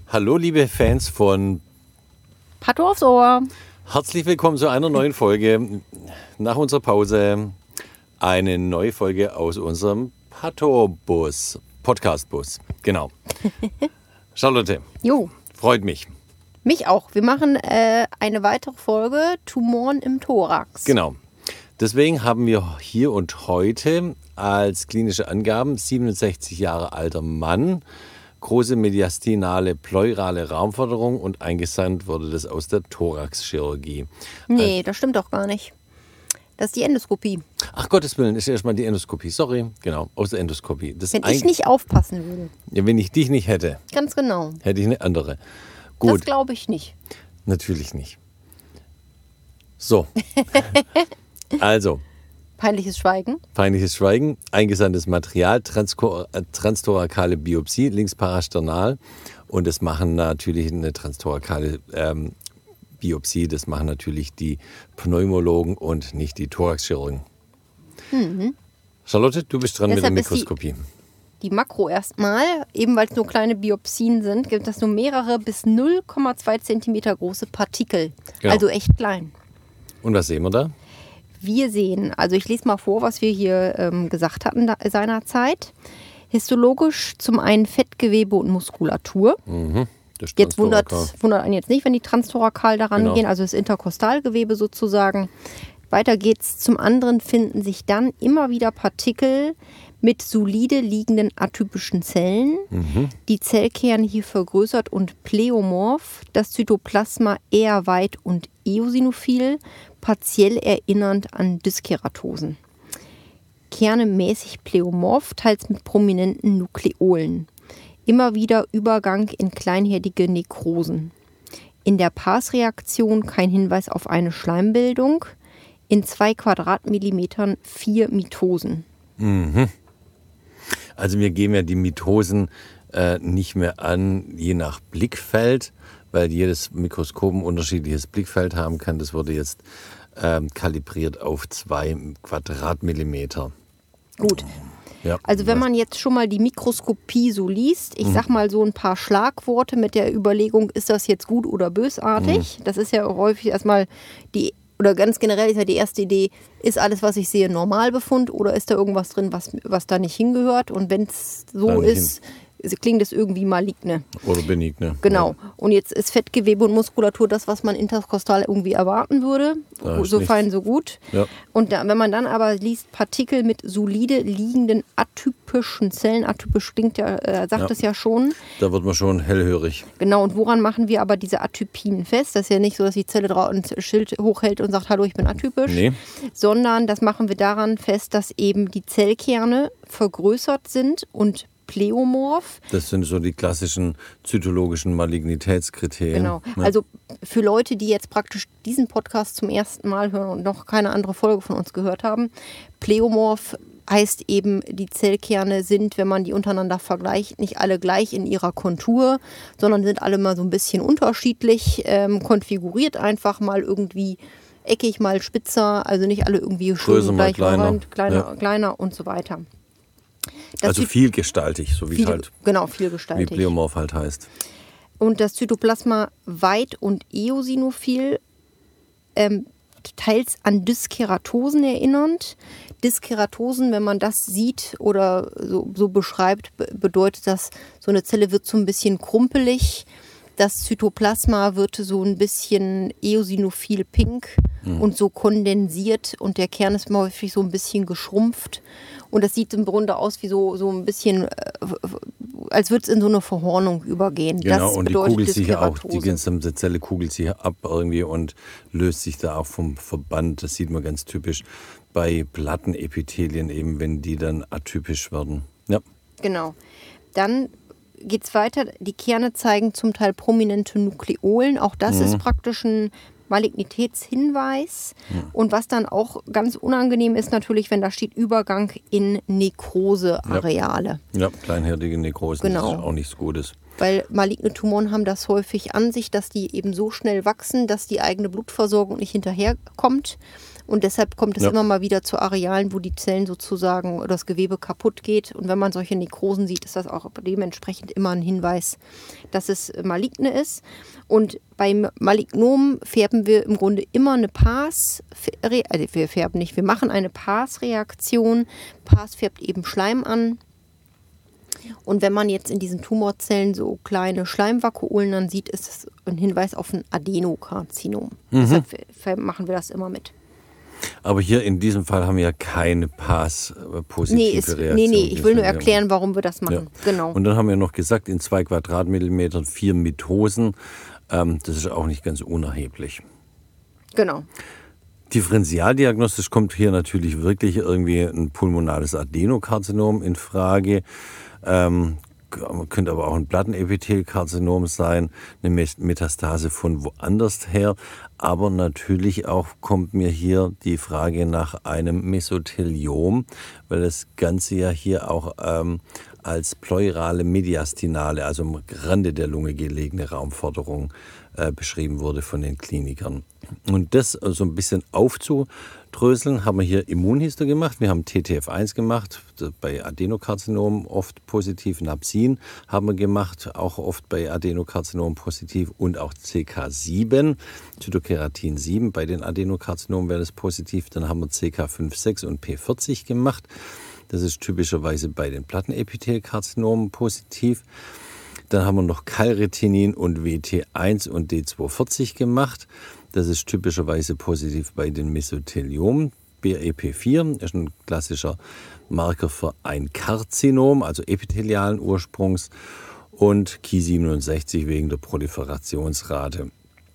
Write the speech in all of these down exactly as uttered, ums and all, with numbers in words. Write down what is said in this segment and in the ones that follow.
Hallo liebe Fans von Pato aufs Ohr. Herzlich willkommen zu einer neuen Folge. Nach unserer Pause eine neue Folge aus unserem Pato-Bus, Podcast-Bus. Genau. Charlotte, Jo, freut mich. mich auch. Wir machen äh, eine weitere Folge Tumoren im Thorax. Genau. Deswegen haben wir hier und heute als klinische Angaben siebenundsechzig Jahre alter Mann, große mediastinale pleurale Raumforderung und eingesandt wurde das aus der Thoraxchirurgie. Nee, das stimmt doch gar nicht. Das ist die Endoskopie. Ach Gottes Willen, ist erstmal die Endoskopie. Sorry, genau, aus der Endoskopie. Das Wenn ein- ich nicht aufpassen würde. Ja, wenn ich dich nicht hätte, Ganz genau. hätte ich eine andere. Das Gut, glaube ich nicht. natürlich nicht. So. Also, Peinliches Schweigen. peinliches Schweigen, eingesandtes Material, Transko- äh, transtorakale Biopsie, links parasternal. Und das machen natürlich eine transtorakale ähm, Biopsie, das machen natürlich die Pneumologen und nicht die Thoraxchirurgen. Mhm. Charlotte, du bist dran Deshalb mit ist der die- Mikroskopie. Die Makro erstmal, eben weil es nur kleine Biopsien sind, gibt es nur mehrere bis null Komma zwei Zentimeter große Partikel. Genau. Also echt klein. Und was sehen wir da? Wir sehen, also ich lese mal vor, was wir hier ähm, gesagt hatten da, seinerzeit. Histologisch zum einen Fettgewebe und Muskulatur. Mhm. Das ist Jetzt wundert, transtorakal. wundert einen jetzt nicht, wenn die transtorakal daran Genau. gehen, also das Interkostalgewebe sozusagen. Weiter geht's. Zum anderen finden sich dann immer wieder Partikel mit solide liegenden atypischen Zellen. Mhm. Die Zellkern hier vergrößert und pleomorph, das Zytoplasma eher weit und eosinophil, partiell erinnernd an Dyskeratosen. Kerne mäßig pleomorph, teils mit prominenten Nukleolen. Immer wieder Übergang in kleinherdige Nekrosen. In der Pars-Reaktion kein Hinweis auf eine Schleimbildung. In zwei Quadratmillimetern vier Mitosen. Mhm. Also wir geben ja die Mitosen äh, nicht mehr an, je nach Blickfeld, weil jedes Mikroskop ein unterschiedliches Blickfeld haben kann. Das wurde jetzt ähm, kalibriert auf zwei Quadratmillimeter. Gut. Ja. Also wenn man jetzt schon mal die Mikroskopie so liest, ich sag mal so ein paar Schlagworte mit der Überlegung, ist das jetzt gut oder bösartig? Das ist ja häufig erstmal die, oder ganz generell ist ja die erste Idee, ist alles, was ich sehe, Normalbefund oder ist da irgendwas drin, was, was da nicht hingehört? Und wenn es so Da nicht ist, klingt es irgendwie maligne. Oder benigne. Genau. Und jetzt ist Fettgewebe und Muskulatur das, was man interkostal irgendwie erwarten würde. Da ist So nichts. fein, so gut. Ja. Und da, wenn man dann aber liest, Partikel mit solide liegenden atypischen Zellen, atypisch klingt ja, äh, sagt Ja. es ja schon. Da wird man schon hellhörig. Genau, und woran machen wir aber diese Atypien fest? Das ist ja nicht so, dass die Zelle draußen ein Schild hochhält und sagt, hallo, ich bin atypisch. Nee. Sondern das machen wir daran fest, dass eben die Zellkerne vergrößert sind und pleomorph. Das sind so die klassischen zytologischen Malignitätskriterien. Genau. Ja. Also für Leute, die jetzt praktisch diesen Podcast zum ersten Mal hören und noch keine andere Folge von uns gehört haben, pleomorph heißt eben, die Zellkerne sind, wenn man die untereinander vergleicht, nicht alle gleich in ihrer Kontur, sondern sind alle mal so ein bisschen unterschiedlich ähm, konfiguriert, einfach mal irgendwie eckig, mal spitzer, also nicht alle irgendwie schön Größer, mal gleich kleiner. verwandt, kleiner, Ja. kleiner und so weiter. Das Also Zy- vielgestaltig, so wie es viel, halt, genau, wie vielgestaltig. Pleomorph halt heißt. Und das Zytoplasma weit und eosinophil, ähm, teils an Dyskeratosen erinnernd. Dyskeratosen, wenn man das sieht oder so, so beschreibt, be- bedeutet das, so eine Zelle wird so ein bisschen krumpelig. Das Zytoplasma wird so ein bisschen eosinophil pink und so kondensiert und der Kern ist häufig so ein bisschen geschrumpft. Und das sieht im Grunde aus wie so, so ein bisschen, äh, als würde es in so eine Verhornung übergehen. Genau, das und die bedeutet kugelt sich ja auch, die Dyskeratose. gesamte Zelle kugelt sich ab irgendwie und löst sich da auch vom Verband. Das sieht man ganz typisch bei Plattenepithelien eben, wenn die dann atypisch werden. Ja, Genau. Dann geht es weiter. Die Kerne zeigen zum Teil prominente Nukleolen. Auch das ist praktisch ein Malignitätshinweis. Und was dann auch ganz unangenehm ist natürlich, wenn da steht Übergang in Nekroseareale. ja, kleinhärtige Nekrosen, Genau. das ist auch nichts Gutes. Weil maligne Tumoren haben das häufig an sich, dass die eben so schnell wachsen, dass die eigene Blutversorgung nicht hinterherkommt. Und deshalb kommt es Ja. immer mal wieder zu Arealen, wo die Zellen sozusagen oder das Gewebe kaputt geht. Und wenn man solche Nekrosen sieht, ist das auch dementsprechend immer ein Hinweis, dass es maligne ist. Und beim Malignom färben wir im Grunde immer eine Pass, also wir färben nicht, wir machen eine Pass-Reaktion. Pass färbt eben Schleim an. Und wenn man jetzt in diesen Tumorzellen so kleine Schleimvakuolen dann sieht, ist es ein Hinweis auf ein Adenokarzinom. Mhm. Deshalb f- machen wir das immer mit. Aber hier in diesem Fall haben wir ja keine Pass-positive Nee, ist, Reaktion. nee, nee, ich will nur erklären, warum wir das machen. Ja. Genau. Und dann haben wir noch gesagt, in zwei Quadratmillimetern vier Mitosen. Ähm, das ist auch nicht ganz unerheblich. Genau. Differentialdiagnostisch kommt hier natürlich wirklich irgendwie ein pulmonales Adenokarzinom in Frage. Ähm, könnte aber auch ein Plattenepithelkarzinom sein, eine Metastase von woanders her. Aber natürlich auch kommt mir hier die Frage nach einem Mesotheliom, weil das Ganze ja hier auch ähm, als pleurale Mediastinale, also am Rande der Lunge gelegene Raumforderung äh, beschrieben wurde von den Klinikern. Und das so ein bisschen aufzudröseln, haben wir hier Immunhisto gemacht. Wir haben T T F eins gemacht, bei Adenokarzinomen oft positiv. Napsin haben wir gemacht, auch oft bei Adenokarzinomen positiv. Und auch C K sieben, Zytokeratin sieben, bei den Adenokarzinomen wäre das positiv. Dann haben wir C K fünf sechs und P vierzig gemacht. Das ist typischerweise bei den Plattenepithelkarzinomen positiv. Dann haben wir noch Calretinin und W T eins und D zweihundertvierzig gemacht. Das ist typischerweise positiv bei den Mesotheliomen. B R E P vier ist ein klassischer Marker für ein Karzinom, also epithelialen Ursprungs. Und Ki siebenundsechzig wegen der Proliferationsrate.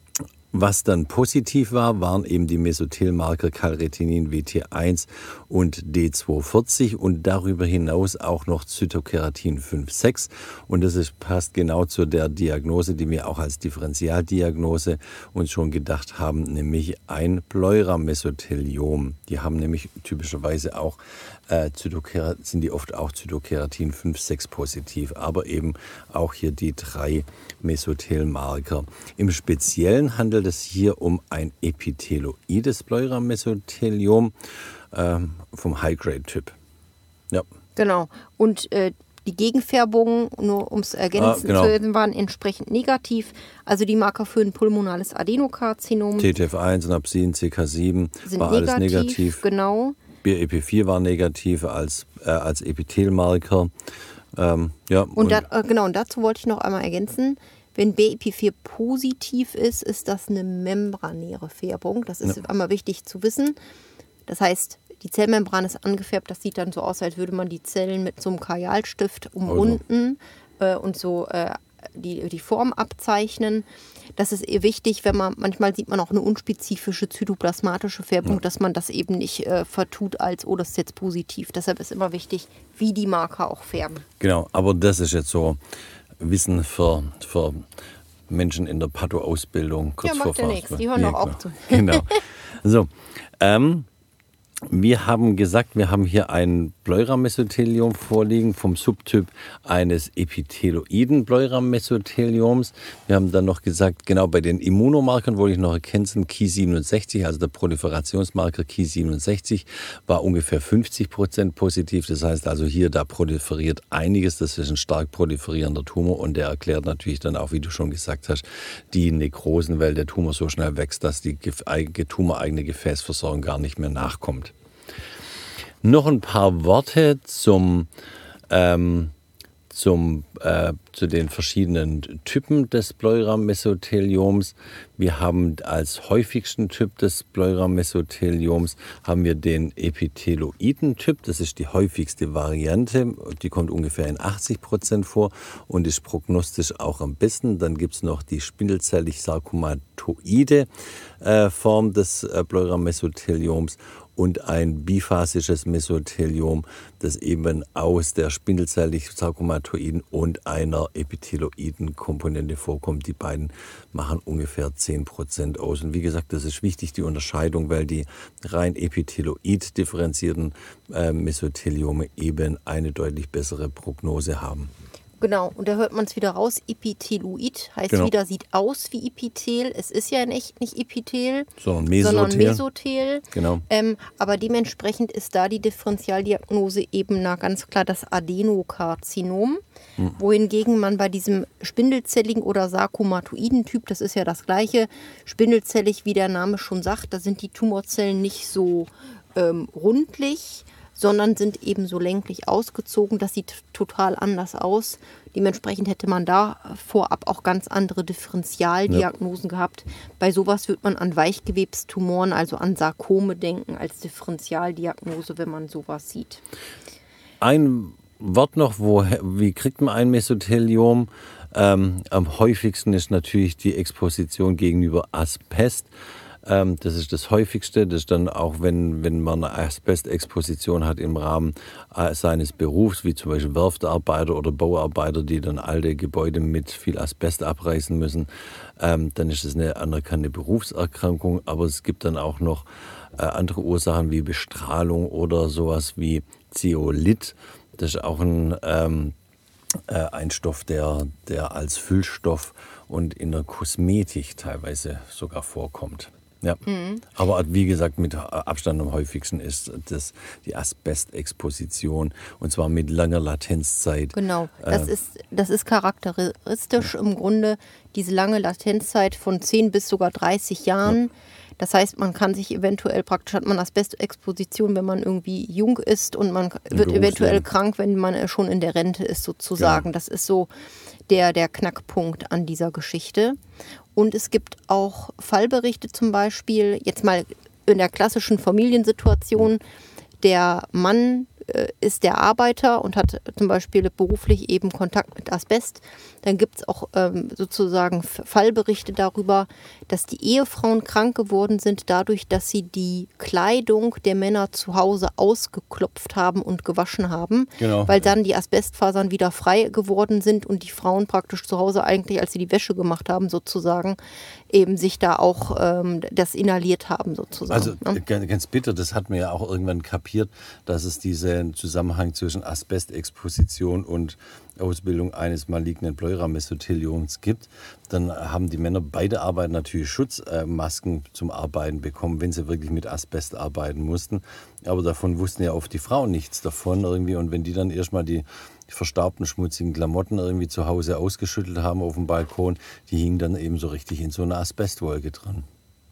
Was dann positiv war, waren eben die Mesothelmarker Calretinin, W T eins und D zweihundertvierzig und darüber hinaus auch noch Zytokeratin fünf sechs. Und das ist, passt genau zu der Diagnose, die wir auch als Differentialdiagnose uns schon gedacht haben, nämlich ein Pleura-Mesotheliom. Die haben nämlich typischerweise auch äh, Zytokerat, sind die oft auch Zytokeratin fünf sechs positiv, aber eben auch hier die drei Mesothelmarker. Im Speziellen handelt es hier um ein epitheloides Pleura-Mesotheliom äh, vom High-Grade-Typ. Ja. Genau. Und äh, die Gegenfärbungen, nur um es ergänzen ah, genau. zu werden, waren entsprechend negativ. Also die Marker für ein pulmonales Adenokarzinom T T F eins, Napsin, C K sieben sind war negativ, alles negativ. Genau. B R E P vier war negativ als, äh, als Epithelmarker. Ähm, ja, und, und, da, äh, genau, und dazu wollte ich noch einmal ergänzen, wenn B R E P vier positiv ist, ist das eine membranäre Färbung. Das ist ja. einmal wichtig zu wissen. Das heißt, die Zellmembran ist angefärbt. Das sieht dann so aus, als würde man die Zellen mit so einem Kajalstift umrunden also. äh, und so äh, die, die Form abzeichnen. Das ist eher wichtig, wenn man, manchmal sieht man auch eine unspezifische zytoplasmatische Färbung, ja. dass man das eben nicht äh, vertut als, oh, das ist jetzt positiv. Deshalb ist immer wichtig, wie die Marker auch färben. Genau, aber das ist jetzt so Wissen für, für Menschen in der Patho-Ausbildung. Ja, macht ja nichts, die hören ja, auch auf zu. Genau. So, ähm, wir haben gesagt, wir haben hier ein Pleura-Mesotheliom vorliegen vom Subtyp eines epitheloiden Pleura-Mesothelioms. Wir haben dann noch gesagt, genau bei den Immunomarkern wollte ich noch ergänzen, Ki siebenundsechzig, also der Proliferationsmarker Ki siebenundsechzig, war ungefähr fünfzig Prozent positiv. Das heißt also hier, da proliferiert einiges. Das ist ein stark proliferierender Tumor und der erklärt natürlich dann auch, wie du schon gesagt hast, die Nekrosen, weil der Tumor so schnell wächst, dass die tumoreigene Gefäßversorgung gar nicht mehr nachkommt. Noch ein paar Worte zum, ähm, zum, äh, zu den verschiedenen Typen des Pleura-Mesothelioms. Wir haben als häufigsten Typ des Pleura-Mesothelioms haben wir den epitheloiden Typ. Das ist die häufigste Variante. Die kommt ungefähr in achtzig Prozent vor und ist prognostisch auch am besten. Dann gibt es noch die spindelzellig-sarkomatoide äh, Form des äh, Pleura-Mesothelioms und ein biphasisches Mesotheliom, das eben aus der spindelzellig-sarkomatoiden und einer epitheloiden Komponente vorkommt. Die beiden machen ungefähr zehn Prozent aus. Und wie gesagt, das ist wichtig, die Unterscheidung, weil die rein epitheloid differenzierten äh, Mesotheliome eben eine deutlich bessere Prognose haben. Genau, und da hört man es wieder raus. Epitheloid heißt Genau. wieder, sieht aus wie Epithel. Es ist ja in echt nicht Epithel, Sondern Mesothel. sondern Mesothel. Genau. Ähm, aber dementsprechend ist da die Differentialdiagnose eben na, ganz klar das Adenokarzinom. Hm. Wohingegen man bei diesem spindelzelligen oder sarkomatoiden Typ, das ist ja das gleiche, spindelzellig, wie der Name schon sagt, da sind die Tumorzellen nicht so ähm, rundlich, sondern sind eben so länglich ausgezogen. Das sieht total anders aus. Dementsprechend hätte man da vorab auch ganz andere Differentialdiagnosen ja. gehabt. Bei sowas wird man an Weichgewebstumoren, also an Sarkome denken, als Differentialdiagnose, wenn man sowas sieht. Ein Wort noch, wo, wie kriegt man ein Mesotheliom? Ähm, am häufigsten ist natürlich die Exposition gegenüber Asbest. Das ist das häufigste. Das ist dann auch, wenn, wenn man eine Asbestexposition hat im Rahmen seines Berufs, wie zum Beispiel Werftarbeiter oder Bauarbeiter, die dann alte Gebäude mit viel Asbest abreißen müssen, dann ist es eine anerkannte Berufserkrankung. Aber es gibt dann auch noch andere Ursachen wie Bestrahlung oder sowas wie Zeolit. Das ist auch ein, ähm, ein Stoff, der, der als Füllstoff und in der Kosmetik teilweise sogar vorkommt. Ja, mhm. Aber wie gesagt, mit Abstand am häufigsten ist das die Asbestexposition und zwar mit langer Latenzzeit. Genau, das, äh, ist, das ist charakteristisch ja. im Grunde, diese lange Latenzzeit von zehn bis sogar dreißig Jahren. Ja. Das heißt, man kann sich eventuell, praktisch hat man Asbestexposition, wenn man irgendwie jung ist und man wird eventuell krank, wenn man schon in der Rente ist sozusagen. Genau. Das ist so der, der Knackpunkt an dieser Geschichte. Und es gibt auch Fallberichte zum Beispiel, jetzt mal in der klassischen Familiensituation, der Mann äh, ist der Arbeiter und hat zum Beispiel beruflich eben Kontakt mit Asbest. Dann gibt es auch ähm, sozusagen Fallberichte darüber, dass die Ehefrauen krank geworden sind dadurch, dass sie die Kleidung der Männer zu Hause ausgeklopft haben und gewaschen haben, genau. weil dann die Asbestfasern wieder frei geworden sind und die Frauen praktisch zu Hause eigentlich, als sie die Wäsche gemacht haben sozusagen, eben sich da auch ähm, das inhaliert haben sozusagen. Also ne? ganz bitter, das hat man ja auch irgendwann kapiert, dass es diesen Zusammenhang zwischen Asbestexposition und Ausbildung eines malignen Pleuramesotheliums gibt. Dann haben die Männer bei der Arbeit natürlich Schutzmasken zum Arbeiten bekommen, wenn sie wirklich mit Asbest arbeiten mussten. Aber davon wussten ja oft die Frauen nichts davon irgendwie. Und wenn die dann erstmal die verstaubten, schmutzigen Klamotten irgendwie zu Hause ausgeschüttelt haben auf dem Balkon, die hingen dann eben so richtig in so einer Asbestwolke drin.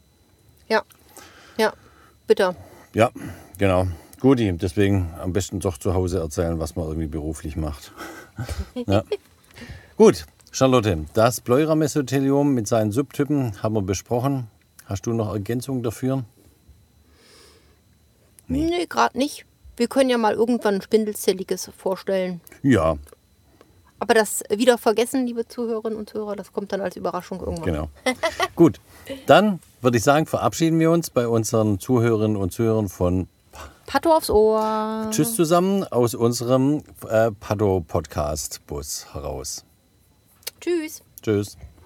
Ja, ja, bitter. Ja, genau. Guti, deswegen am besten doch zu Hause erzählen, was man irgendwie beruflich macht. Ja. Gut, Charlotte, das Pleuramesothelium mit seinen Subtypen haben wir besprochen. Hast du noch Ergänzungen dafür? Nee, nee gerade nicht. Wir können ja mal irgendwann ein Spindelzelliges vorstellen. Ja. Aber das wieder vergessen, liebe Zuhörerinnen und Zuhörer, das kommt dann als Überraschung irgendwann. Genau. Gut, dann würde ich sagen, verabschieden wir uns bei unseren Zuhörerinnen und Zuhörern von Patto aufs Ohr. Tschüss zusammen aus unserem äh, Patto-Podcast-Bus heraus. Tschüss. Tschüss.